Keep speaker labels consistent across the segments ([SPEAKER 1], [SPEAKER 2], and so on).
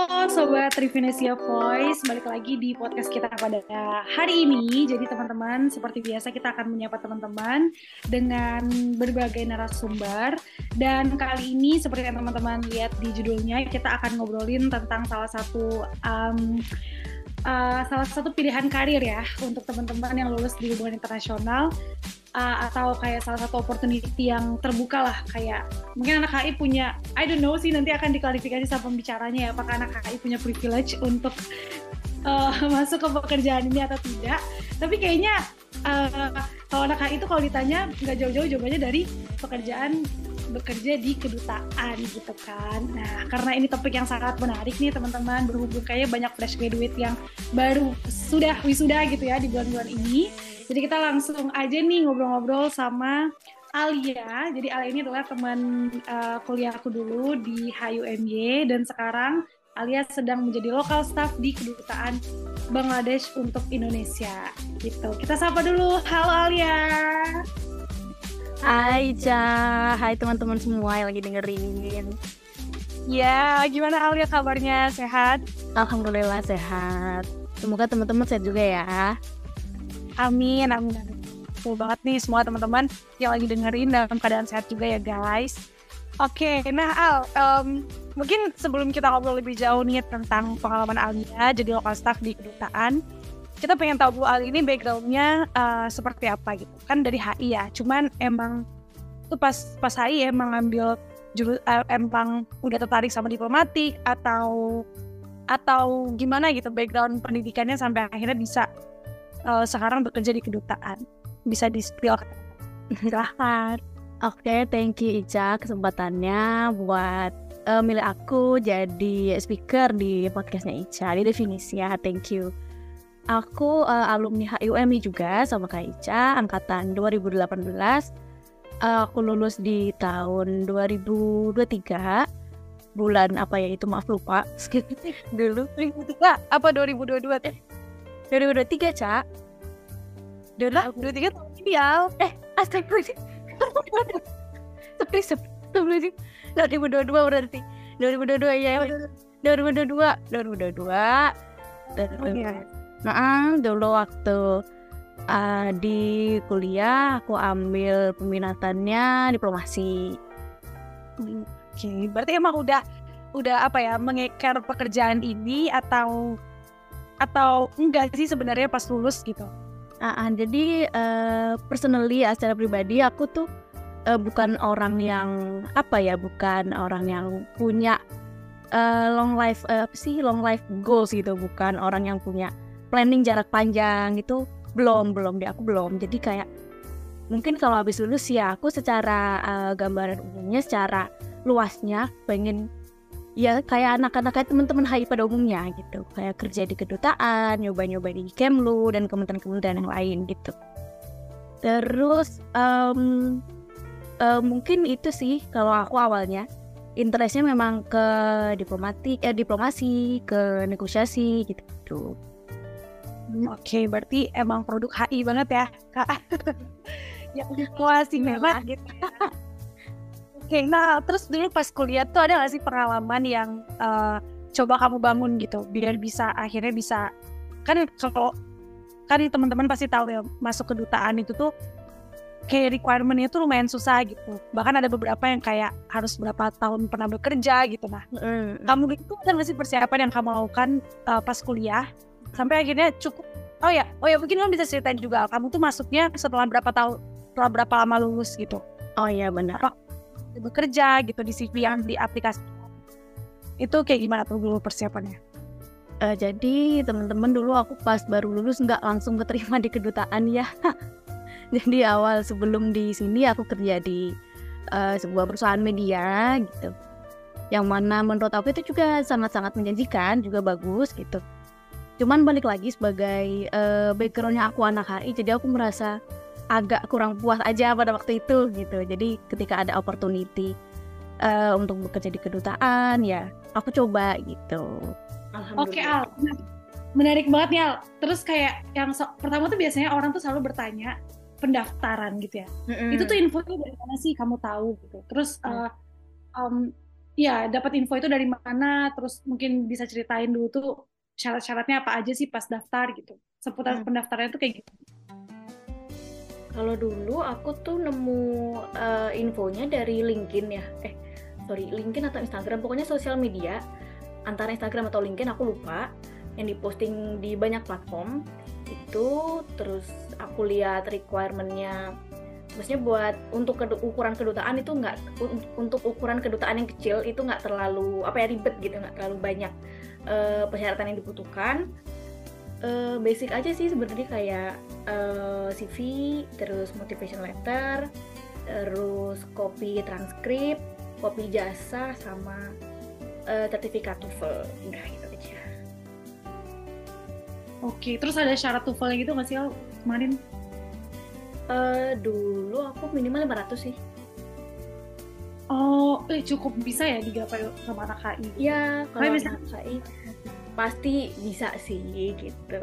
[SPEAKER 1] Sobat Trifinesia Voice, balik lagi di podcast kita pada hari ini. Jadi teman-teman, seperti biasa kita akan menyapa teman-teman dengan berbagai narasumber. Dan kali ini, seperti yang teman-teman lihat di judulnya, kita akan ngobrolin tentang salah satu pilihan karir ya untuk teman-teman yang lulus di hubungan internasional. Atau kayak salah satu opportunity yang terbuka lah, kayak mungkin anak HI punya, I don't know sih, nanti akan diklarifikasi sama pembicaranya ya, apakah anak HI punya privilege untuk masuk ke pekerjaan ini atau tidak. Tapi kayaknya kalau anak HI itu kalau ditanya nggak jauh-jauh jawabannya dari bekerja di kedutaan gitu kan. Nah, karena ini topik yang sangat menarik nih teman-teman, berhubung kayaknya banyak fresh graduate yang baru sudah wisuda gitu ya di bulan-bulan ini. Jadi kita langsung aja nih ngobrol-ngobrol sama Alia. Jadi Alia ini adalah teman kuliahku dulu di HUMY, dan sekarang Alia sedang menjadi local staff di kedutaan Bangladesh untuk Indonesia. Gitu. Kita sapa dulu. Halo Alia.
[SPEAKER 2] Hai Ca, hai teman-teman semua yang lagi dengerin.
[SPEAKER 1] Ya, gimana Alia kabarnya? Sehat?
[SPEAKER 2] Alhamdulillah sehat. Semoga teman-teman sehat juga ya.
[SPEAKER 1] Amin. Cool banget nih semua teman-teman yang lagi dengerin dalam keadaan sehat juga ya guys. Oke, nah Al, mungkin sebelum kita ngobrol lebih jauh nih tentang pengalaman Alia jadi local staff di kedutaan, kita pengen tahu Bu Al ini background-nya seperti apa gitu. Kan dari HI ya, cuman emang tuh pas HI emang ngambil emang udah tertarik sama diplomatik atau gimana gitu background pendidikannya sampai akhirnya bisa sekarang bekerja di kedutaan. Bisa di-spill. Silahkan.
[SPEAKER 2] Oke, thank you Ica kesempatannya buat milih aku jadi speaker di podcastnya Ica di Definisia. Thank you. Aku alumni HUMI juga sama Kak Ica, angkatan 2018. Aku lulus di tahun 2023. Bulan apa ya itu, maaf lupa.
[SPEAKER 1] Dulu 2023 apa 2022 teh?
[SPEAKER 2] 2023, Cak.
[SPEAKER 1] 2023 tahun ini ya.
[SPEAKER 2] Astagfirullahaladzim. Sebelum 2022 berarti. 2022 ya. 2022. Nah, dulu waktu di kuliah aku ambil peminatannya diplomasi.
[SPEAKER 1] Oke, berarti emang udah apa ya, mengekar pekerjaan ini atau enggak sih sebenarnya pas lulus gitu?
[SPEAKER 2] Jadi personally secara pribadi aku tuh bukan orang yang bukan orang yang punya long life goals gitu, bukan orang yang punya planning jarak panjang gitu, belum deh, aku belum. Jadi kayak mungkin kalau habis lulus ya aku secara gambaran umumnya, secara luasnya pengen ya kayak anak-anak kayak teman-teman HI pada umumnya gitu, kayak kerja di kedutaan, nyoba-nyoba di Kemlu dan kementerian-kementerian yang lain gitu. Terus mungkin itu sih kalau aku awalnya interestnya memang ke diplomasi, ke negosiasi gitu.
[SPEAKER 1] Oke, berarti emang produk HI banget ya Kak. Yang diplomasi memang gitu. Oke, nah terus dulu pas kuliah tuh ada nggak sih pengalaman yang coba kamu bangun gitu biar akhirnya bisa, kan kalau kan teman-teman pasti tahu ya, masuk kedutaan itu tuh kayak requirement-nya tuh lumayan susah gitu. Bahkan ada beberapa yang kayak harus berapa tahun pernah bekerja gitu. Nah, kamu itu kan masih persiapan yang kamu lakukan pas kuliah sampai akhirnya cukup. Oh ya mungkin kamu bisa ceritain juga kamu tuh masuknya setelah berapa lama lulus gitu.
[SPEAKER 2] Oh iya benar.
[SPEAKER 1] Bekerja gitu di CV yang di aplikasi itu kayak gimana tuh dulu persiapannya?
[SPEAKER 2] Jadi teman-teman, dulu aku pas baru lulus nggak langsung keterima di kedutaan ya. Jadi awal sebelum di sini aku kerja di sebuah perusahaan media gitu, yang mana menurut aku itu juga sangat-sangat menjanjikan, juga bagus gitu. Cuman balik lagi sebagai backgroundnya aku anak HI, jadi aku merasa agak kurang puas aja pada waktu itu gitu. Jadi ketika ada opportunity untuk bekerja di kedutaan, ya aku coba gitu.
[SPEAKER 1] Oke Al, menarik banget nih Al. Terus kayak yang pertama tuh biasanya orang tuh selalu bertanya pendaftaran gitu ya. Itu tuh infonya dari mana sih kamu tahu gitu. Terus ya dapat info itu dari mana, terus mungkin bisa ceritain dulu tuh syarat-syaratnya apa aja sih pas daftar gitu. Seputar pendaftaran itu kayak gitu.
[SPEAKER 2] Kalau dulu aku tuh nemu infonya dari LinkedIn ya. LinkedIn atau Instagram, pokoknya sosial media. Antara Instagram atau LinkedIn aku lupa. Yang diposting di banyak platform itu, terus aku lihat requirement-nya. Maksudnya buat untuk ukuran kedutaan itu nggak, untuk ukuran kedutaan yang kecil itu nggak terlalu ribet gitu, nggak terlalu banyak persyaratan yang dibutuhkan. Basic aja sih sebenarnya, kayak CV, terus motivation letter, terus copy transkrip, copy jasa, sama sertifikat TOEFL. Udah gitu aja.
[SPEAKER 1] Oke, terus ada syarat TOEFL gitu nggak sih Al kemarin?
[SPEAKER 2] Dulu aku minimal 500 sih.
[SPEAKER 1] Oh, cukup bisa ya digapai sama anak HI?
[SPEAKER 2] Iya, kalau anak HI pasti bisa sih gitu.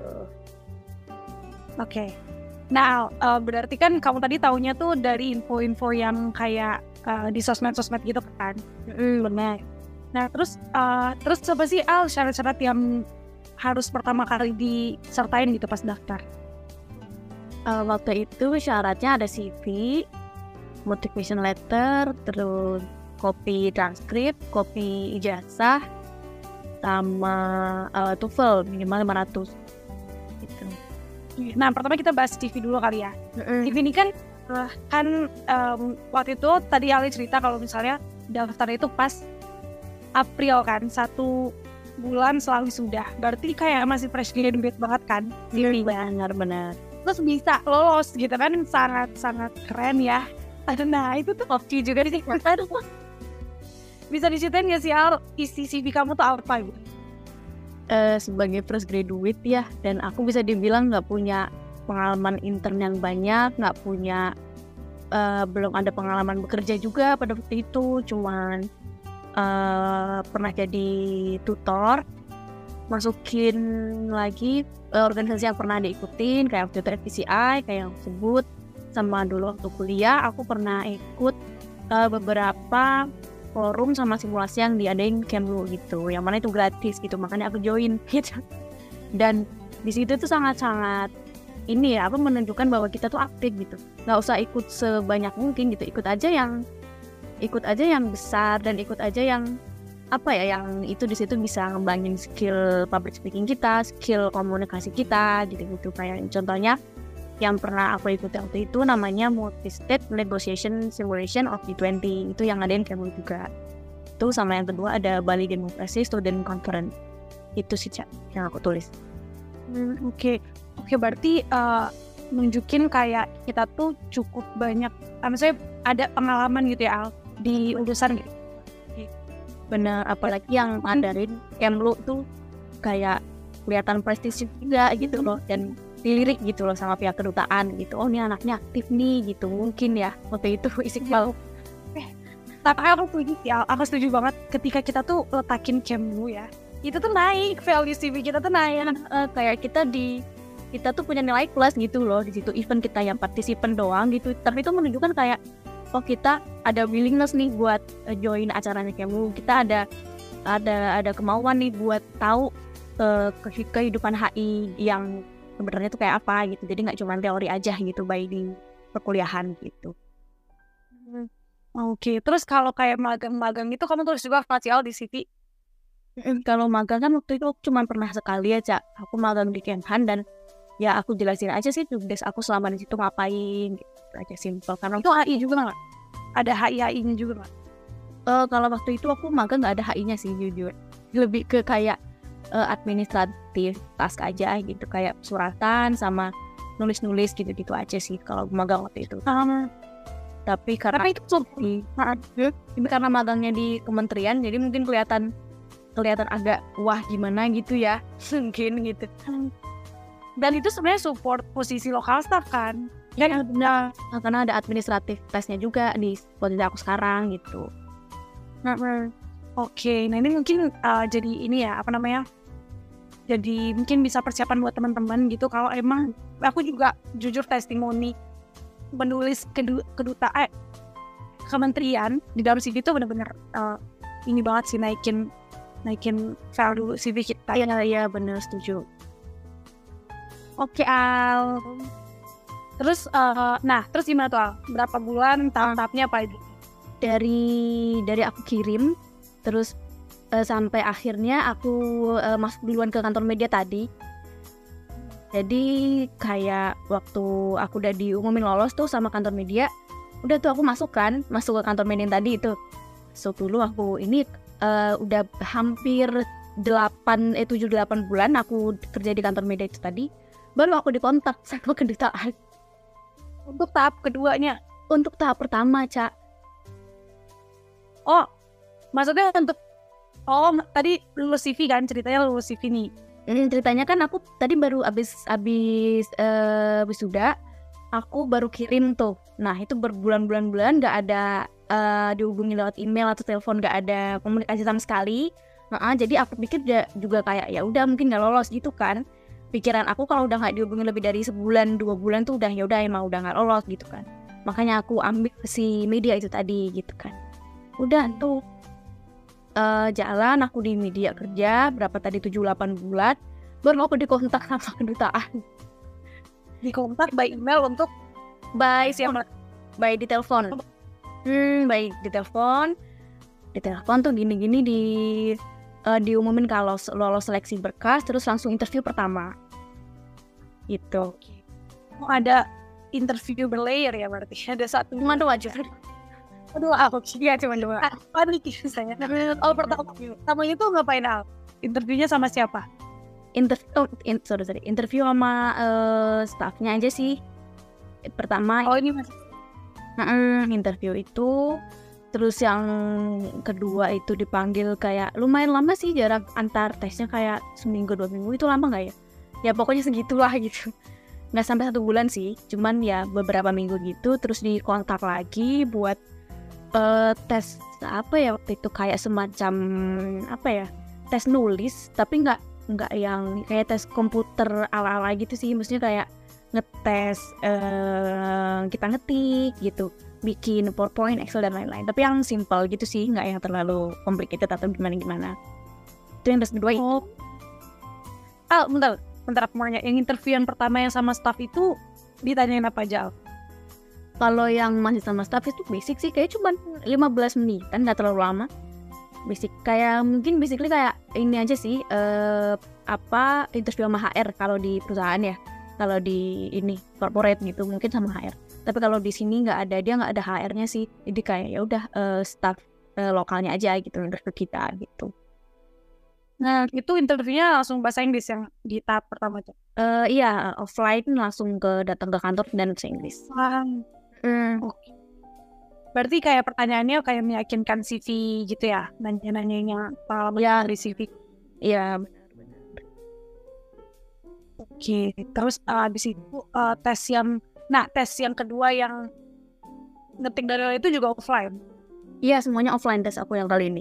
[SPEAKER 1] Oke. Nah, berarti kan kamu tadi taunya tuh dari info-info yang kayak di sosmed-sosmed gitu kan? Benar. Nah, terus apa sih Al syarat-syarat yang harus pertama kali disertain gitu pas daftar?
[SPEAKER 2] Waktu itu syaratnya ada CV, motivation letter, terus copy transkrip, copy ijazah, sama TOEFL minimal 500 gitu.
[SPEAKER 1] Nah, pertama kita bahas CV dulu kali ya. CV ini kan waktu itu tadi Ali cerita kalau misalnya daftar itu pas April kan, 1 bulan setelah wisuda. Berarti kayak masih fresh graduate banget kan CV-nya.
[SPEAKER 2] Benar.
[SPEAKER 1] Terus bisa lolos gitu kan, sangat keren ya. Nah, itu tuh opsi juga sih. Bisa diceritain nggak sih Al, isi CV kamu tuh apa gitu?
[SPEAKER 2] Sebagai fresh graduate ya, dan aku bisa dibilang nggak punya pengalaman intern yang banyak, nggak punya belum ada pengalaman bekerja juga pada waktu itu, cuman pernah jadi tutor, masukin lagi organisasi yang pernah diikutin kayak waktu itu FPCI kayak yang sebut, sama dulu waktu kuliah aku pernah ikut beberapa forum sama simulasi yang diadain Kemlu gitu, yang mana itu gratis gitu, makanya aku join gitu. Dan di situ tuh sangat-sangat ini ya, menunjukkan bahwa kita tuh aktif gitu, nggak usah ikut sebanyak mungkin gitu, ikut aja yang besar, dan ikut aja yang yang itu di situ bisa ngembangin skill public speaking kita, skill komunikasi kita gitu. Kayak contohnya yang pernah aku ikuti waktu itu namanya Multi-State Negotiation Simulation of G20, itu yang ngadain Kemlu juga. Itu sama yang kedua ada Bali Democracy Student Conference. Itu sih yang aku tulis.
[SPEAKER 1] Oke, berarti nunjukin kayak kita tuh cukup banyak, maksudnya ada pengalaman gitu ya Al di urusan gitu.
[SPEAKER 2] Bener, apalagi yang ngadain Kemlu tuh kayak kelihatan prestisius juga gitu loh, dan dilirik gitu loh sama pihak kedutaan gitu. Oh, ini anaknya aktif nih gitu, mungkin ya waktu itu Istiqbal.
[SPEAKER 1] Tapi aku setuju banget ketika kita tuh letakin Kemlu ya, itu tuh naik value CV kita tuh naik.
[SPEAKER 2] Kayak kita tuh punya nilai plus gitu loh di situ, even kita yang partisipan doang gitu, tapi itu menunjukkan kayak oh, kita ada willingness nih buat join acaranya Kemlu, kita ada kemauan nih buat tahu kehidupan HI yang sebenarnya tuh kayak apa gitu. Jadi nggak cuma teori aja gitu by di perkuliahan gitu.
[SPEAKER 1] Oke, terus kalau kayak magang itu kamu tulis juga Al di CV?
[SPEAKER 2] Kalau magang kan waktu itu cuma pernah sekali aja, aku magang di Kemhan, dan ya aku jelasin aja sih tugas aku selama di situ ngapain gitu aja, simple. Karena
[SPEAKER 1] itu HI juga nggak? Ada HI-nya juga nggak?
[SPEAKER 2] Kalau waktu itu aku magang nggak ada HI-nya sih jujur, lebih ke kayak administratif task aja gitu, kayak suratan sama nulis gitu aja sih kalau magang waktu itu. Tapi karena magangnya di kementerian, jadi mungkin kelihatan agak wah gimana gitu ya mungkin gitu.
[SPEAKER 1] Dan itu sebenarnya support posisi lokal staff kan?
[SPEAKER 2] Ya, karena ada administratif tesnya juga di posisi aku sekarang gitu.
[SPEAKER 1] Oke, nah ini mungkin jadi ini ya, jadi mungkin bisa persiapan buat teman-teman gitu. Kalau emang aku juga jujur testimoni menulis kementerian di dalam CV itu benar-benar ini banget sih naikin value CV kita.
[SPEAKER 2] Iya bener, setuju.
[SPEAKER 1] Oke Al. Terus terus gimana tuh Al? Berapa bulan, tahap-tahapnya apa itu?
[SPEAKER 2] Dari aku kirim terus sampai akhirnya aku masuk duluan ke kantor media tadi. Jadi kayak waktu aku udah diumumin lolos tuh sama kantor media, udah tuh aku masuk ke kantor media yang tadi itu. So dulu aku ini udah hampir 7-8 bulan aku kerja di kantor media itu tadi, baru aku dikontak sama kedutaan.
[SPEAKER 1] Untuk tahap keduanya?
[SPEAKER 2] Untuk tahap pertama, Cak.
[SPEAKER 1] Oh, maksudnya tadi lulus CV kan, ceritanya lulus CV nih.
[SPEAKER 2] Ceritanya kan aku tadi baru abis wisuda, aku baru kirim tuh. Nah itu berbulan-bulan nggak ada dihubungi lewat email atau telepon, nggak ada komunikasi sama sekali. Jadi aku pikir juga kayak ya udah mungkin nggak lolos gitu kan. Pikiran aku kalau udah nggak dihubungi lebih dari 1-2 bulan tuh udah ya udah emang udah nggak lolos gitu kan. Makanya aku ambil si media itu tadi gitu kan. Udah tuh jalan aku di media kerja berapa tadi 7-8 bulan, baru aku dikontak sama kedutaan.
[SPEAKER 1] Dikontak by email untuk
[SPEAKER 2] by di telepon. By di telepon tuh gini-gini diumumin kalau lolos seleksi berkas, terus langsung interview pertama gitu.
[SPEAKER 1] Oh, ada interview berlayer ya berarti ada satu
[SPEAKER 2] cuma 2 aja.
[SPEAKER 1] Aku iya cuma 2. Panik saya. Pertamanya tuh ngapain Al? Interviewnya sama siapa?
[SPEAKER 2] Interview sama staffnya aja sih. Pertama.
[SPEAKER 1] Oh ini masih.
[SPEAKER 2] Interview itu. Terus yang kedua itu dipanggil kayak lumayan lama sih, jarak antar tesnya kayak 1-2 minggu. Itu lama nggak ya? Ya pokoknya segitulah gitu. Nggak sampai 1 bulan sih, cuman ya beberapa minggu gitu. Terus dikontak lagi buat tes apa ya waktu itu, kayak semacam apa ya, tes nulis tapi nggak yang kayak tes komputer ala-ala gitu sih, maksudnya kayak ngetes kita ngetik gitu, bikin PowerPoint, Excel dan lain-lain, tapi yang simple gitu sih, nggak yang terlalu complicated atau gimana. Itu yang tes kedua itu.
[SPEAKER 1] Bentar aku mau nanya, yang interview yang pertama yang sama staff itu ditanyain apa aja?
[SPEAKER 2] Kalau yang masih sama staff itu basic sih, kayak cuma 15 menit kan, nggak terlalu lama. Basic kayak mungkin basically kayak ini aja sih, interview sama HR kalau di perusahaan ya. Kalau di ini corporate gitu mungkin sama HR. Tapi kalau di sini nggak ada HR-nya sih. Jadi kayak ya udah staff lokalnya aja gitu interview kita gitu.
[SPEAKER 1] Nah itu interviewnya langsung bahasa Inggris yang di tahap pertama tuh?
[SPEAKER 2] Iya, offline langsung datang ke kantor dan bahasa Inggris.
[SPEAKER 1] Okay. Berarti kayak pertanyaannya kayak meyakinkan CV gitu ya, nanya-nanyanya pengalaman dari CV.
[SPEAKER 2] Iya benar.
[SPEAKER 1] Oke, terus abis itu tes yang kedua yang ngetik dari itu juga offline?
[SPEAKER 2] Iya, semuanya offline tes aku yang kali ini.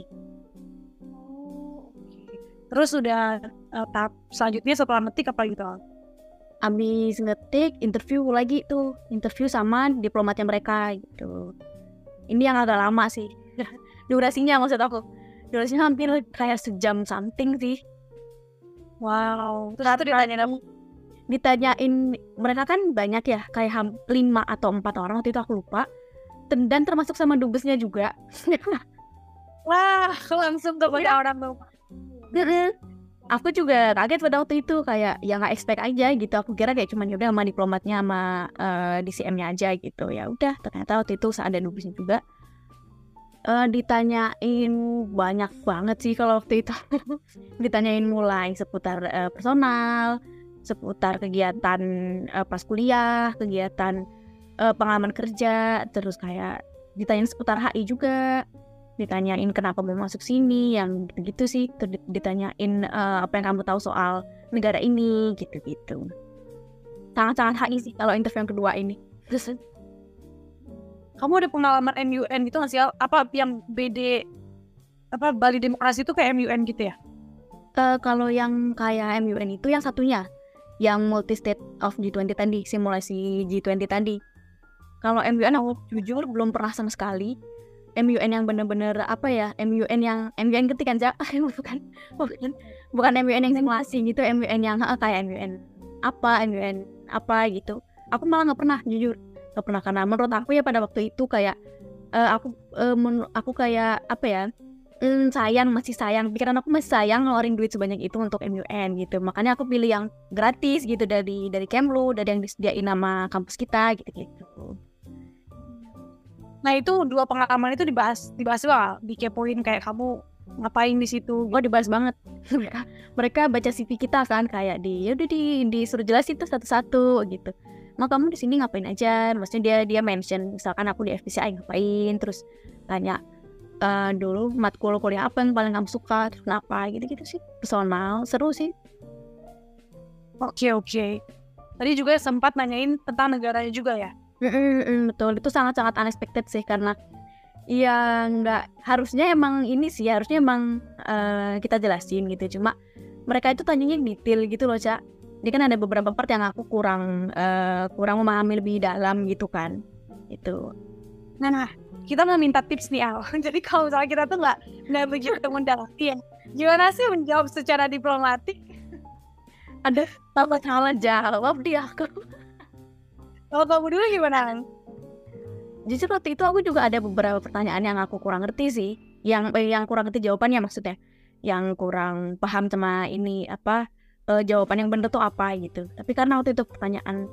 [SPEAKER 1] Terus udah tahap selanjutnya setelah ngetik apa gitu?
[SPEAKER 2] Abis ngetik, interview sama diplomatnya mereka gitu. Ini yang agak lama sih. Durasinya maksud aku. Durasinya hampir kayak sejam something sih.
[SPEAKER 1] Wow. Terus itu
[SPEAKER 2] ditanyain mereka kan banyak ya, kayak 5 atau 4 orang waktu itu aku lupa. Dan termasuk sama dubesnya juga.
[SPEAKER 1] Wah, langsung kepada orang tuh.
[SPEAKER 2] Aku juga kaget pada waktu itu, kayak ya nggak expect aja gitu. Aku kira kayak cuman yaudah sama diplomatnya sama DCM-nya aja gitu. Ya udah, ternyata waktu itu ada dubesnya juga. Ditanyain banyak banget sih kalau waktu itu. Ditanyain mulai seputar personal, seputar kegiatan pas kuliah, kegiatan pengalaman kerja, terus kayak ditanyain seputar HI juga. Ditanyain kenapa mau masuk sini, yang gitu sih. Ditanyain apa yang kamu tahu soal negara ini, gitu-gitu. Sangat-sangat HI sih kalau interview yang kedua ini. Terus
[SPEAKER 1] kamu ada pengalaman MUN gitu nggak sih? Apa yang Bali Demokrasi itu kayak MUN gitu ya?
[SPEAKER 2] Kalau yang kayak MUN itu yang satunya, yang multi state of G20 tadi, simulasi G20 tadi. Kalau MUN aku jujur belum pernah sama sekali. MUN yang bener-bener apa ya, MUN yang MUN ketik kan Cak? bukan MUN yang simulasi gitu, MUN yang kayak MUN apa gitu. Aku malah nggak pernah, jujur nggak pernah, karena menurut aku ya pada waktu itu kayak aku kayak apa ya, masih sayang, pikiran aku masih sayang ngeluarin duit sebanyak itu untuk MUN gitu. Makanya aku pilih yang gratis gitu dari Kemlu, dari yang disediain nama kampus kita gitu.
[SPEAKER 1] Nah itu 2 pengalaman itu dibahas juga, dikepoin kayak kamu ngapain di situ.
[SPEAKER 2] Oh, dibahas banget. mereka baca CV kita kan, kayak disuruh jelasin tuh satu-satu gitu. Nah, kamu di sini ngapain aja? Maksudnya dia mention misalkan aku di FPCI ngapain, terus tanya dulu matkul kuliah apa yang paling kamu suka, terus kenapa, gitu-gitu sih. Personal, seru sih.
[SPEAKER 1] Oke. Tadi juga sempat nanyain tentang negaranya juga ya?
[SPEAKER 2] Betul, itu sangat-sangat unexpected sih, karena ya nggak harusnya emang kita jelasin gitu, cuma mereka itu tanyanya detail gitu loh Cak. Jadi kan ada beberapa part yang aku kurang memahami lebih dalam gitu kan, itu.
[SPEAKER 1] Nah, kita mau minta tips nih Al. Jadi kalau misalnya kita tuh nggak begitu mendalami, gimana sih menjawab secara diplomatik?
[SPEAKER 2] Ada salah jawab dia aku.
[SPEAKER 1] Kalau kamu dulu gimana?
[SPEAKER 2] Jujur waktu itu aku juga ada beberapa pertanyaan yang aku kurang ngerti sih, yang kurang ngerti jawabannya, maksudnya yang kurang paham sama ini jawaban yang bener tuh apa gitu. Tapi karena waktu itu pertanyaan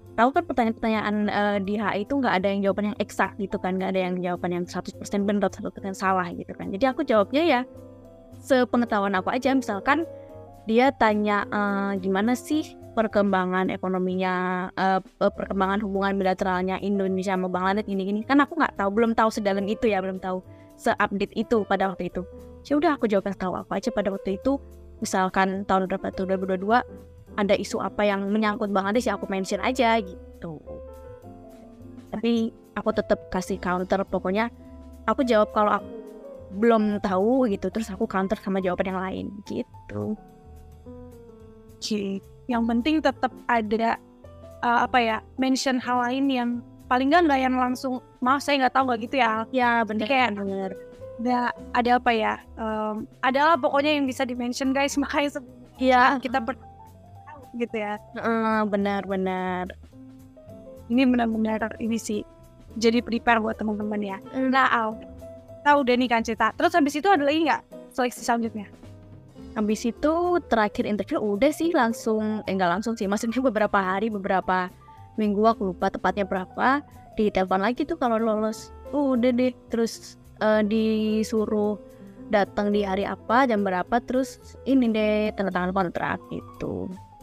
[SPEAKER 2] di HI itu nggak ada yang jawaban yang eksak gitu kan, nggak ada yang jawaban yang 100% bener 100% salah gitu kan. Jadi aku jawabnya ya sepengetahuan aku aja. Misalkan dia tanya gimana sih perkembangan ekonominya, perkembangan hubungan bilateralnya Indonesia sama Bangladesh gini-gini, kan aku belum tahu sedalam itu ya, belum tahu seupdate itu pada waktu itu. Ya udah aku jawab yang tahu aku aja pada waktu itu. Misalkan tahun berapa tuh, 2022 ada isu apa yang menyangkut Bangladesh ya aku mention aja gitu. Tapi aku tetap kasih counter, pokoknya aku jawab kalau aku belum tahu gitu, terus aku counter sama jawaban yang lain gitu.
[SPEAKER 1] Oke. Yang penting tetap ada mention hal lain yang paling nggak yang langsung maaf saya nggak tahu, nggak gitu ya.
[SPEAKER 2] Ya bener.
[SPEAKER 1] Ada adalah pokoknya yang bisa di-mention guys, makanya kita gitu ya.
[SPEAKER 2] Benar.
[SPEAKER 1] Ini benar-benar ini sih jadi prepare buat teman-teman ya. Nah Al, tahu deh nih kan cerita. Terus habis itu ada lagi nggak seleksi selanjutnya?
[SPEAKER 2] Habis itu terakhir interview udah sih langsung, nggak langsung sih, maksudnya beberapa minggu, aku lupa tepatnya berapa, ditelepon lagi tuh kalau lolos. Udah deh, terus disuruh datang di hari apa, jam berapa, terus ini deh tanda tangan kontrak gitu.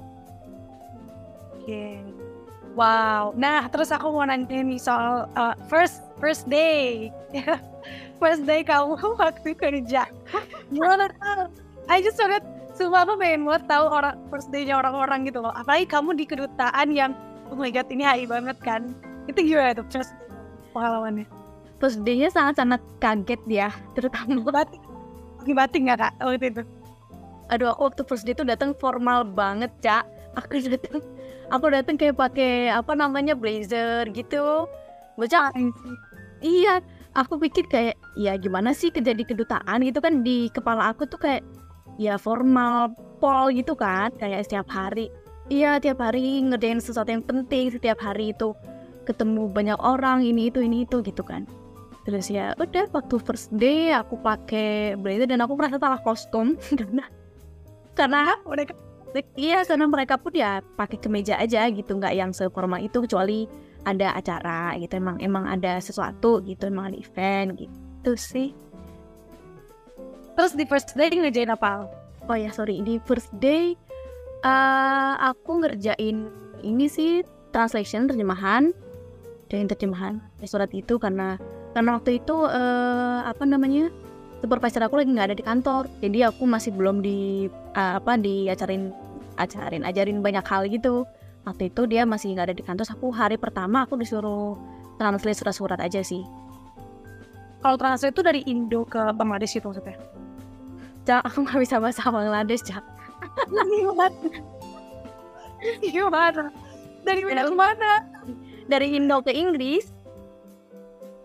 [SPEAKER 1] Oke. Wow. Nah, terus aku mau nanya nih soal first day. First day kamu waktu kerja. Gimana? I just wanted, sumpah aku pengen banget tahu first day-nya orang-orang gitu loh. Apalagi kamu di kedutaan yang, oh my god, ini HI banget kan. Itu gimana tuh first day pengalamannya?
[SPEAKER 2] First day-nya sangat-sangat kaget ya, terutama
[SPEAKER 1] batik nggak Kak waktu itu?
[SPEAKER 2] Aduh, aku waktu first day tuh datang formal banget Cak. Aku datang kayak pakai blazer gitu. Bocah. Iya, aku pikir kayak ya gimana sih kerja di kedutaan gitu kan, di kepala aku tuh kayak ya formal pol gitu kan, kayak setiap hari tiap hari ngerjain sesuatu yang penting, setiap hari itu ketemu banyak orang, ini itu gitu kan. Terus ya udah waktu first day aku pakai blazer dan aku merasa salah kostum karena mereka pun ya pakai kemeja aja gitu, nggak yang seformal itu, kecuali ada acara gitu, emang ada sesuatu gitu, emang ada event gitu sih.
[SPEAKER 1] Terus di first day ngerjain apa?
[SPEAKER 2] Oh ya sorry, di first day aku ngerjain ini sih, terjemahan surat itu, karena waktu itu supervisor aku lagi nggak ada di kantor, jadi aku masih belum ajarin banyak hal gitu. Waktu itu dia masih nggak ada di kantor, aku hari pertama aku disuruh translate surat-surat aja sih.
[SPEAKER 1] Kalau translate itu dari Indo ke Bangladesh itu maksudnya?
[SPEAKER 2] Cak, aku nggak bisa bahasa Bangladesh, Cak.
[SPEAKER 1] Gimana? Dari mana?
[SPEAKER 2] Dari Indo ke Inggris.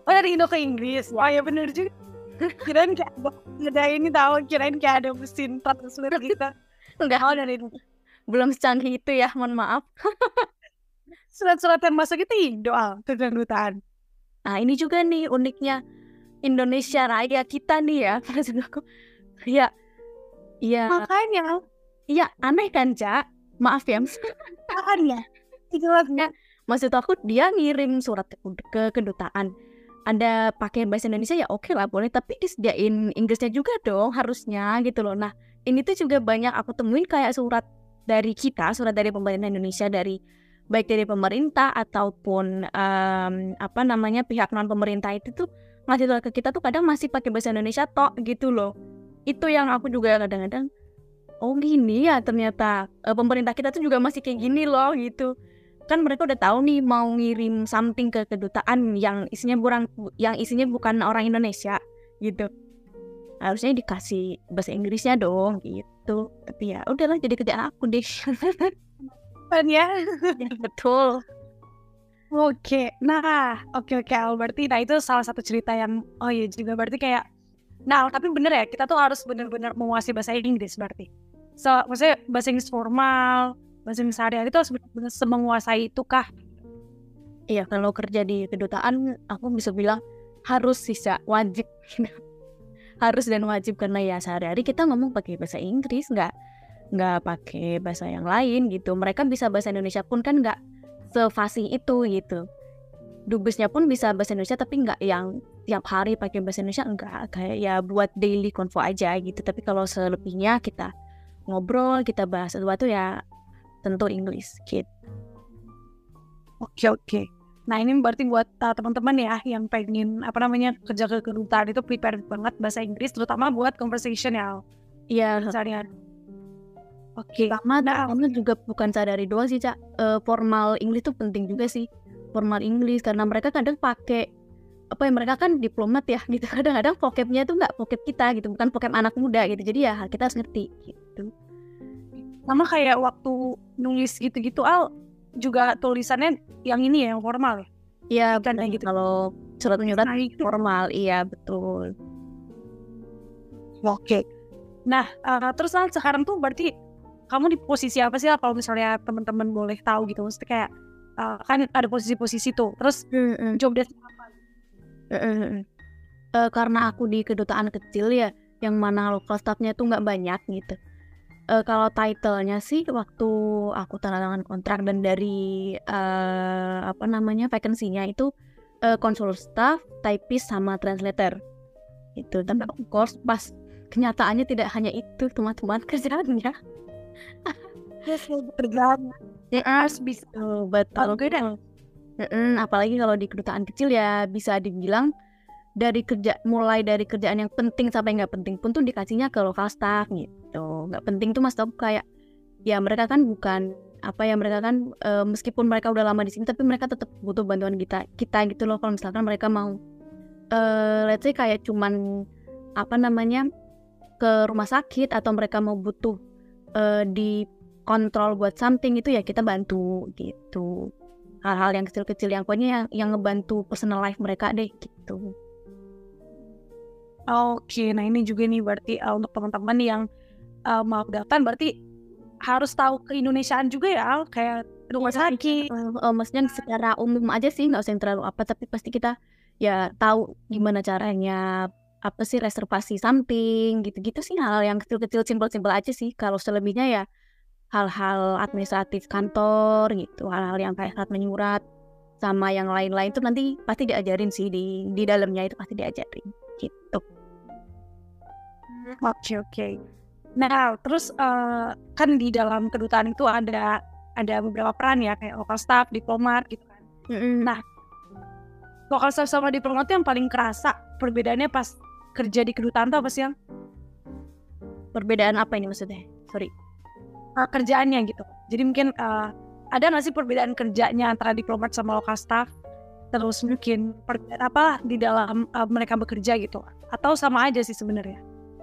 [SPEAKER 1] Oh dari Indo ke Inggris. Wah ya bener juga. Kirain kayak ada ini tahu, kirain kayak ada mesin translate gitu.
[SPEAKER 2] Enggak,
[SPEAKER 1] Oh dari
[SPEAKER 2] belum secanggih itu ya, mohon maaf.
[SPEAKER 1] surat-surat yang masuk itu Indo ke kedutaan.
[SPEAKER 2] Nah ini juga nih uniknya Indonesia Raya kita nih ya. Maksud aku, ya,
[SPEAKER 1] Makanya
[SPEAKER 2] aneh kan, Cak? Maaf ya.
[SPEAKER 1] makanya jelasnya.
[SPEAKER 2] Maksud aku dia ngirim surat ke kedutaan. Ada pakai bahasa Indonesia ya oke lah boleh, tapi disediain Inggrisnya juga dong harusnya gitu loh. Nah ini tuh juga banyak aku temuin kayak surat dari kita, surat dari pemerintah Indonesia, baik dari pemerintah ataupun pihak non pemerintah itu tuh ngasih surat ke kita tuh kadang masih pakai bahasa Indonesia tok gitu loh. Itu yang aku juga kadang-kadang oh gini ya ternyata pemerintah kita tuh juga masih kayak gini loh gitu. Kan mereka udah tahu nih mau ngirim something ke kedutaan yang isinya bukan orang Indonesia gitu. Harusnya dikasih bahasa Inggrisnya dong gitu. Tapi ya udahlah jadi kerjaan aku deh.
[SPEAKER 1] Ya.
[SPEAKER 2] Betul.
[SPEAKER 1] Oke. Al, berarti itu salah satu cerita yang oh iya juga berarti kayak tapi bener ya kita tuh harus bener-bener menguasai bahasa Inggris berarti. Maksudnya bahasa Inggris formal, bahasa Inggris sehari-hari itu harus benar-benar menguasai itu kah?
[SPEAKER 2] Iya, kalau kerja di kedutaan aku bisa bilang harus wajib. Harus dan wajib karena ya sehari-hari kita ngomong pakai bahasa Inggris, nggak pakai bahasa yang lain gitu. Mereka bisa bahasa Indonesia pun kan nggak sefasih itu gitu. Dubesnya pun bisa bahasa Indonesia tapi nggak yang tiap hari pakai bahasa Indonesia, enggak, kayak ya buat daily convo aja gitu. Tapi kalau selebihnya kita ngobrol, kita bahas sesuatu ya tentu English gitu.
[SPEAKER 1] Oke. Nah ini berarti buat teman-teman ya yang pengen kerja ke kedutaan itu prepare banget bahasa Inggris terutama buat conversation ya.
[SPEAKER 2] Iya.
[SPEAKER 1] Seharian. Oke.
[SPEAKER 2] Karena juga bukan sadari doang sih Cak. Formal English tuh penting juga sih. Formal English karena mereka kadang pakai mereka kan diplomat ya gitu. Kadang-kadang vocabnya tuh nggak vocab kita gitu, bukan vocab anak muda gitu. Jadi ya kita harus ngerti gitu.
[SPEAKER 1] Sama kayak waktu nulis gitu-gitu Al juga tulisannya yang ini ya yang formal ya.
[SPEAKER 2] Iya benar gitu. Kalau surat menyurat formal, iya betul.
[SPEAKER 1] Oke. Nah terus Al sekarang tuh berarti kamu di posisi apa sih Al kalau misalnya teman-teman boleh tahu gitu, maksudnya kayak kan ada posisi-posisi tuh. Terus job desk apa?
[SPEAKER 2] Karena aku di kedutaan kecil ya, yang mana local staff-nya tuh nggak banyak gitu. Kalau title-nya sih waktu aku tanda tangan kontrak dan dari vacancy-nya itu konsul staff, typist sama translator. Itu. Tapi of course pas kenyataannya tidak hanya itu teman-teman kerjaannya.
[SPEAKER 1] Kerjaan.
[SPEAKER 2] Harus bisa betul. Apalagi kalau di kedutaan kecil ya bisa dibilang mulai dari kerjaan yang penting sampai nggak penting pun tuh dikasihnya ke local staff gitu. Nggak penting tuh mas Tom kayak ya mereka kan bukan mereka kan meskipun mereka udah lama di sini tapi mereka tetap butuh bantuan kita gitu loh. Kalau misalkan mereka mau let's say kayak cuman ke rumah sakit atau mereka mau butuh di kontrol buat something itu ya kita bantu gitu. Hal-hal yang kecil-kecil yang pokoknya yang ngebantu personal life mereka deh gitu.
[SPEAKER 1] Oke, nah ini juga nih berarti untuk teman-teman yang mau daftar berarti harus tahu keindonesiaan juga ya, kayak rumah sakit.
[SPEAKER 2] Maksudnya secara umum aja sih, nggak usah yang terlalu tapi pasti kita ya tahu gimana caranya reservasi something gitu-gitu sih, hal yang kecil-kecil simpel-simpel aja sih. Kalau selebihnya ya hal-hal administratif kantor gitu, hal-hal yang kayak surat menyurat sama yang lain-lain tuh nanti pasti diajarin sih di dalamnya itu pasti diajarin gitu.
[SPEAKER 1] Oke. Nah, terus kan di dalam kedutaan itu ada beberapa peran ya kayak local staff, diplomat gitu kan. Nah, local staff sama diplomat itu yang paling kerasa perbedaannya pas kerja di kedutaan tuh apa sih yang?
[SPEAKER 2] Perbedaan apa ini maksudnya? Sorry.
[SPEAKER 1] Kerjaannya gitu. Jadi mungkin ada nggak sih perbedaan kerjanya antara diplomat sama local staff? Terus mungkin perbedaan apa di dalam mereka bekerja gitu? Atau sama aja sih sebenarnya?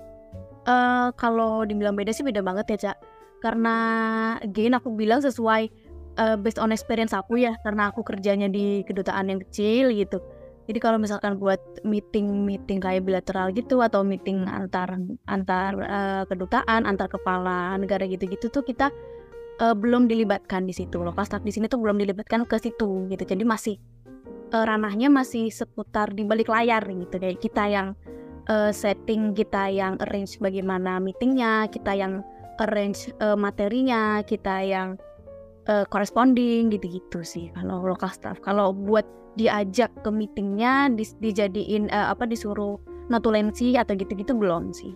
[SPEAKER 2] Kalau dibilang beda sih beda banget ya Cak. Karena again aku bilang sesuai based on experience aku ya. Karena aku kerjanya di kedutaan yang kecil gitu. Jadi kalau misalkan buat meeting kayak bilateral gitu atau meeting antar kedutaan, antar kepala negara gitu-gitu tuh kita belum dilibatkan di situ. Local staff di sini tuh belum dilibatkan ke situ gitu. Jadi masih ranahnya masih seputar di balik layar gitu. Kayak kita yang setting, kita yang arrange bagaimana meetingnya, kita yang arrange materinya, kita yang corresponding gitu-gitu sih kalau local staff. Kalau buat diajak ke meetingnya, dijadiin disuruh notulensi atau gitu-gitu belum sih.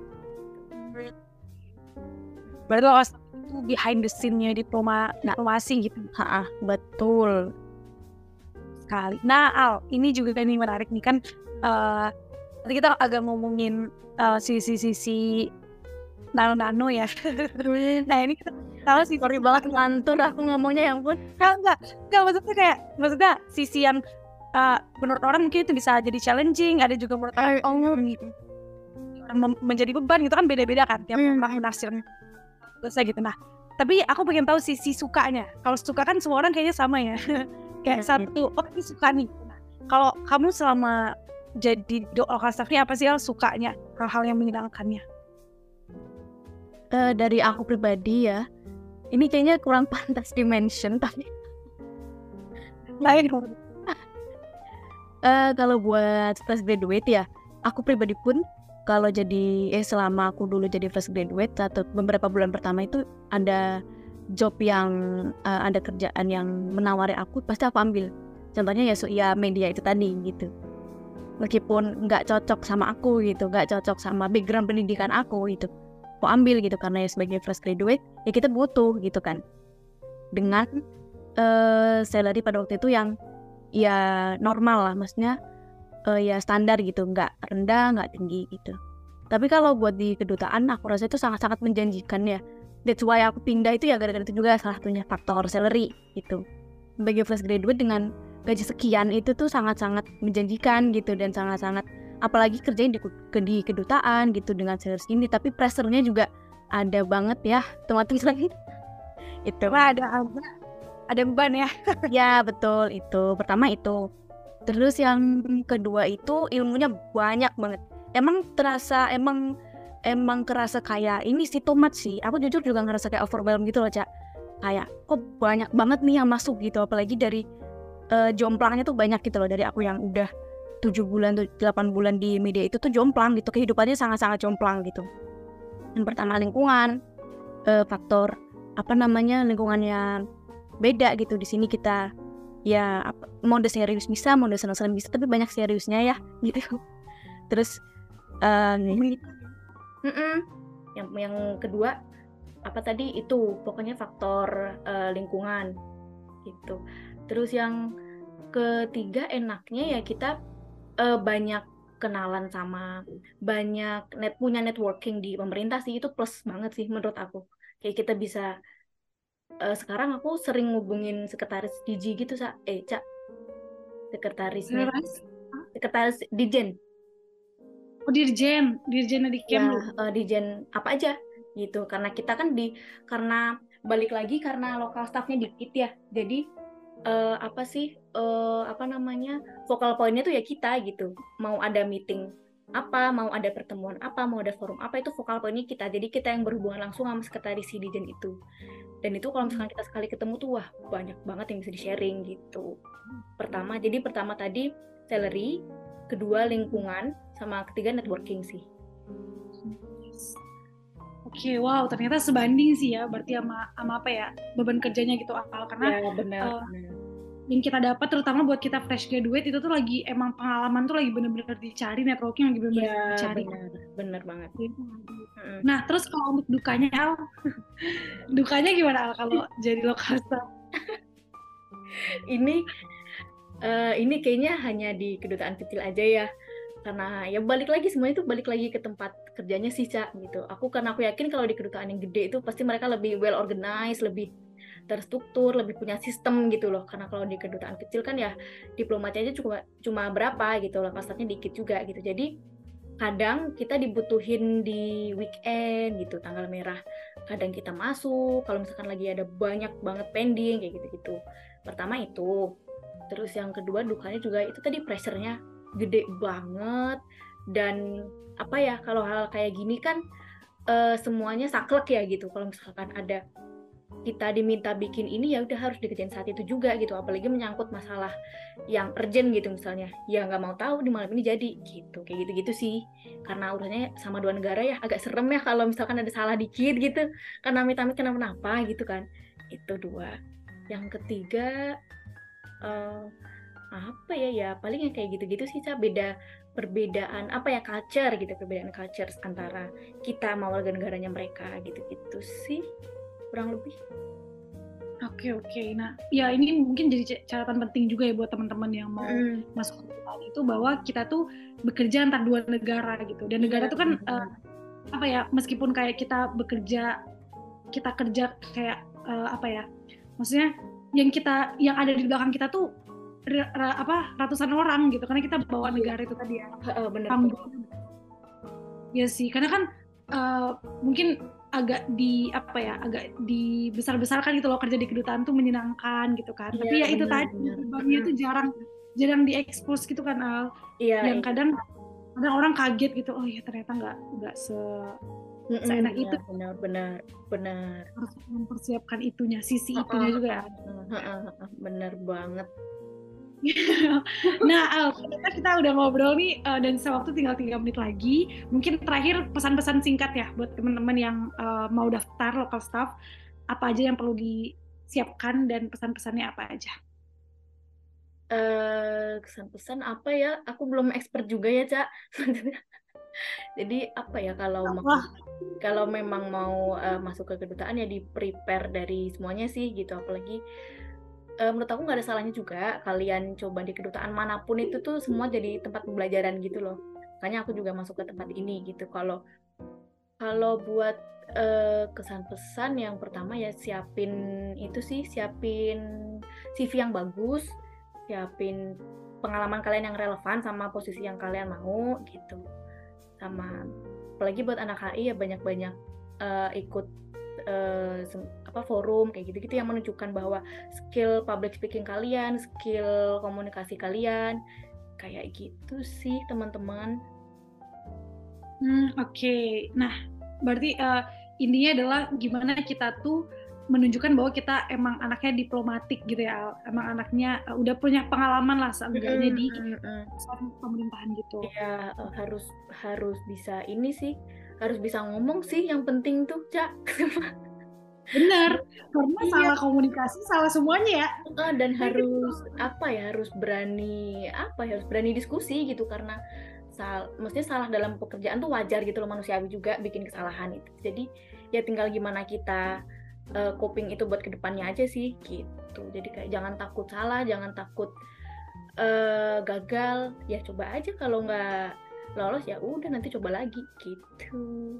[SPEAKER 1] Berarti local staff itu behind the scene-nya diplomasi gitu.
[SPEAKER 2] Betul
[SPEAKER 1] sekali. Nah, Al, ini juga kan menarik nih kan. Tadi kita agak ngomongin sisi nano ya. Nah ini kita tahu sih,
[SPEAKER 2] sorry banget ngantur aku ngomongnya, ya ampun.
[SPEAKER 1] Enggak maksudnya sisi yang menurut orang mungkin itu bisa jadi challenging, ada juga menurut orang gitu menjadi beban gitu kan, beda-beda kan tiap orang menafsirnya gitu. Nah tapi aku pengen tahu sisi sukanya. Kalau suka kan semua orang kayaknya sama ya. Kayak satu, ini suka nih. Nah, kalau kamu selama jadi local staff ini apa sih Al sukanya, hal-hal yang menyenangkannya?
[SPEAKER 2] Dari aku pribadi ya, ini kayaknya kurang pantas di-mention tapi
[SPEAKER 1] lain.
[SPEAKER 2] Kalau buat fresh graduate ya, aku pribadi pun kalau jadi selama aku dulu jadi fresh graduate atau beberapa bulan pertama itu ada job yang ada kerjaan yang menawari aku, pasti aku ambil. Contohnya ya media itu tadi gitu. Meskipun nggak cocok sama aku gitu, nggak cocok sama background pendidikan aku gitu, aku ambil gitu karena ya sebagai fresh graduate ya kita butuh gitu kan, dengan salary pada waktu itu yang ya normal lah, maksudnya ya standar gitu, nggak rendah nggak tinggi gitu. Tapi kalau buat di kedutaan aku rasa itu sangat-sangat menjanjikan ya. That's why aku pindah itu ya gara-gara itu juga, salah satunya faktor salary gitu. Sebagai fresh graduate dengan gaji sekian itu tuh sangat-sangat menjanjikan gitu, dan sangat-sangat apalagi kerjain di kedutaan gitu dengan salary segini, tapi pressure-nya juga ada banget ya, otomatis lagi itu
[SPEAKER 1] ada beban ya.
[SPEAKER 2] Ya betul, itu pertama itu. Terus yang kedua itu ilmunya banyak banget. Emang kerasa kayak ini sih too much sih. Aku jujur juga ngerasa kayak overwhelmed gitu loh, Cak. Kayak kok banyak banget nih yang masuk gitu, apalagi dari jomplangnya tuh banyak gitu loh. Dari aku yang udah 7 bulan, 8 bulan di media itu tuh jomplang gitu, kehidupannya sangat-sangat jomplang gitu. Yang pertama lingkungan, faktor lingkungannya beda gitu. Di sini kita ya mode serius bisa, mode senang-senang bisa, tapi banyak seriusnya ya gitu. Terus yang kedua itu pokoknya faktor lingkungan gitu. Terus yang ketiga enaknya ya kita banyak kenalan sama banyak punya networking di pemerintah sih, itu plus banget sih menurut aku. Kayak kita bisa sekarang aku sering ngubungin sekretaris DG gitu Cak, sekretaris Dijen.
[SPEAKER 1] Oh Dirjen di Kemlu.
[SPEAKER 2] Ya, Dijen apa aja gitu, karena kita kan karena balik lagi karena lokal staffnya dikit ya, jadi vokal poinnya tuh ya kita gitu, mau ada meeting apa, mau ada pertemuan apa, mau ada forum apa, itu vokal poinnya kita, jadi kita yang berhubungan langsung sama sekretaris Dijen itu. Dan itu kalau misalkan kita sekali ketemu tuh wah banyak banget yang bisa di-sharing gitu. Pertama tadi salary, kedua lingkungan, sama ketiga networking sih.
[SPEAKER 1] Oke, wow, ternyata sebanding sih ya, berarti sama apa ya, beban kerjanya gitu Al, karena
[SPEAKER 2] ya, benar.
[SPEAKER 1] Yang kita dapat terutama buat kita fresh graduate itu tuh lagi emang pengalaman tuh lagi benar-benar dicari, networking lagi benar-benar dicari.
[SPEAKER 2] Benar banget.
[SPEAKER 1] Nah, terus kalau untuk dukanya Al, dukanya gimana Al kalau jadi local staff?
[SPEAKER 2] Ini kayaknya hanya di kedutaan kecil aja ya, karena ya balik lagi ke tempat kerjanya sih Cak gitu. Karena aku yakin kalau di kedutaan yang gede itu pasti mereka lebih well organized, lebih terstruktur, lebih punya sistem gitu loh. Karena kalau di kedutaan kecil kan ya diplomatnya aja cuma berapa gitu loh, staffnya dikit juga gitu. Jadi kadang kita dibutuhin di weekend gitu, tanggal merah. Kadang kita masuk kalau misalkan lagi ada banyak banget pending kayak gitu-gitu. Pertama itu.
[SPEAKER 3] Terus yang kedua dukanya juga itu tadi pressure-nya gede banget, dan apa ya, kalau hal kayak gini kan semuanya saklek ya gitu. Kalau misalkan ada kita diminta bikin ini, ya udah harus dikerjain saat itu juga gitu, apalagi menyangkut masalah yang urgent gitu misalnya, ya nggak mau tahu di malam ini jadi gitu, kayak gitu-gitu sih. Karena urusannya sama dua negara ya agak serem ya kalau misalkan ada salah dikit gitu, karena amit-amit kenapa-napa gitu kan. Itu dua. Yang ketiga apa ya, ya paling yang kayak gitu-gitu sih, perbedaan apa ya, culture gitu, perbedaan culture antara kita sama warga negaranya mereka gitu-gitu sih kurang lebih.
[SPEAKER 1] Oke. Nah, ya ini mungkin jadi catatan penting juga ya buat teman-teman yang mau masuk ke perusahaan itu, bahwa kita tuh bekerja antar dua negara gitu. Dan negara itu kan apa ya, meskipun kayak kita kerja kayak apa ya, maksudnya yang ada di belakang kita tuh ratusan orang gitu, karena kita bawa negara itu tadi ya.
[SPEAKER 3] Bener.
[SPEAKER 1] Ya sih, karena kan mungkin agak dibesar-besarkan gitu loh, kerja di kedutaan tuh menyenangkan gitu kan. Tapi ya itu tadi bebannya tuh jarang diekspos gitu kan, Al. Yang kadang orang kaget gitu, oh ya ternyata nggak seenak itu.
[SPEAKER 3] Benar.
[SPEAKER 1] Harus mempersiapkan itunya, sisi itunya juga ya.
[SPEAKER 3] Benar banget.
[SPEAKER 1] Nah, Al, kita udah ngobrol nih, dan sewaktu tinggal 3 menit lagi. Mungkin terakhir pesan-pesan singkat ya buat teman-teman yang mau daftar local staff, apa aja yang perlu disiapkan dan pesan-pesannya apa aja?
[SPEAKER 3] Kesan-pesan apa ya? Aku belum expert juga ya, Cak. Jadi apa ya, kalau memang mau masuk ke kedutaan ya di prepare dari semuanya sih gitu. Apalagi menurut aku nggak ada salahnya juga kalian coba di kedutaan manapun, itu tuh semua jadi tempat pembelajaran gitu loh. Makanya aku juga masuk ke tempat ini gitu. Kalau buat kesan-pesan, yang pertama ya siapin CV yang bagus, siapin pengalaman kalian yang relevan sama posisi yang kalian mau gitu. Sama apalagi buat anak HI ya banyak-banyak ikut forum kayak gitu-gitu yang menunjukkan bahwa skill public speaking kalian, skill komunikasi kalian, kayak gitu sih teman-teman.
[SPEAKER 1] Oke. Nah, berarti intinya adalah gimana kita tuh menunjukkan bahwa kita emang anaknya diplomatik gitu ya, emang anaknya udah punya pengalaman lah seenggaknya di pemerintahan gitu.
[SPEAKER 3] Iya, harus bisa ini sih, harus bisa ngomong sih yang penting tuh, Cak.
[SPEAKER 1] Bener, karena salah komunikasi salah semuanya ya.
[SPEAKER 3] Dan harus berani diskusi gitu, karena maksudnya salah dalam pekerjaan tuh wajar gitu loh, manusiawi juga bikin kesalahan itu. Jadi ya tinggal gimana kita coping itu buat kedepannya aja sih gitu. Jadi kayak jangan takut salah, jangan takut gagal, ya coba aja, kalau nggak lolos ya udah nanti coba lagi gitu.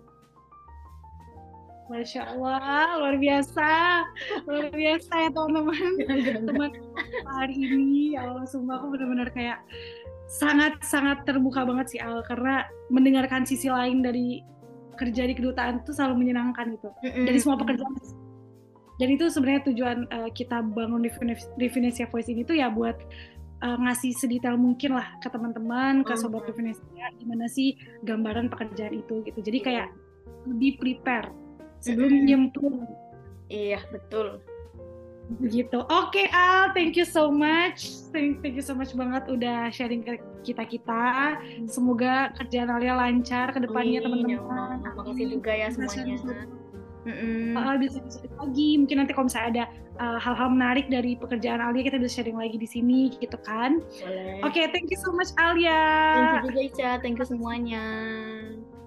[SPEAKER 1] Masya Allah, luar biasa ya teman-teman hari ini. Ya Allah, sumpah aku benar-benar kayak sangat terbuka banget sih, Al, karena mendengarkan sisi lain dari kerja di kedutaan itu selalu menyenangkan gitu, dari semua pekerjaan. Dan itu sebenarnya tujuan kita bangun Definesia Voice ini tuh ya buat ngasih sedetail mungkin lah ke teman-teman, ke sobat Definesia, gimana sih gambaran pekerjaan itu gitu. Jadi kayak lebih prepare sebelum nyemplung.
[SPEAKER 3] Iya, betul.
[SPEAKER 1] Begitu. Oke, Al, thank you so much. Thank you so much banget udah sharing ke kita. Semoga kerjaan Alia lancar ke depannya, teman-teman.
[SPEAKER 3] Terima kasih juga ya semuanya.
[SPEAKER 1] Bisa sharing lagi. Mungkin nanti kalau misalnya ada hal-hal menarik dari pekerjaan Alia, kita bisa sharing lagi di sini gitu kan.
[SPEAKER 3] Boleh.
[SPEAKER 1] Oke, thank you so much Alia.
[SPEAKER 3] Thank you juga Ica, thank you semuanya.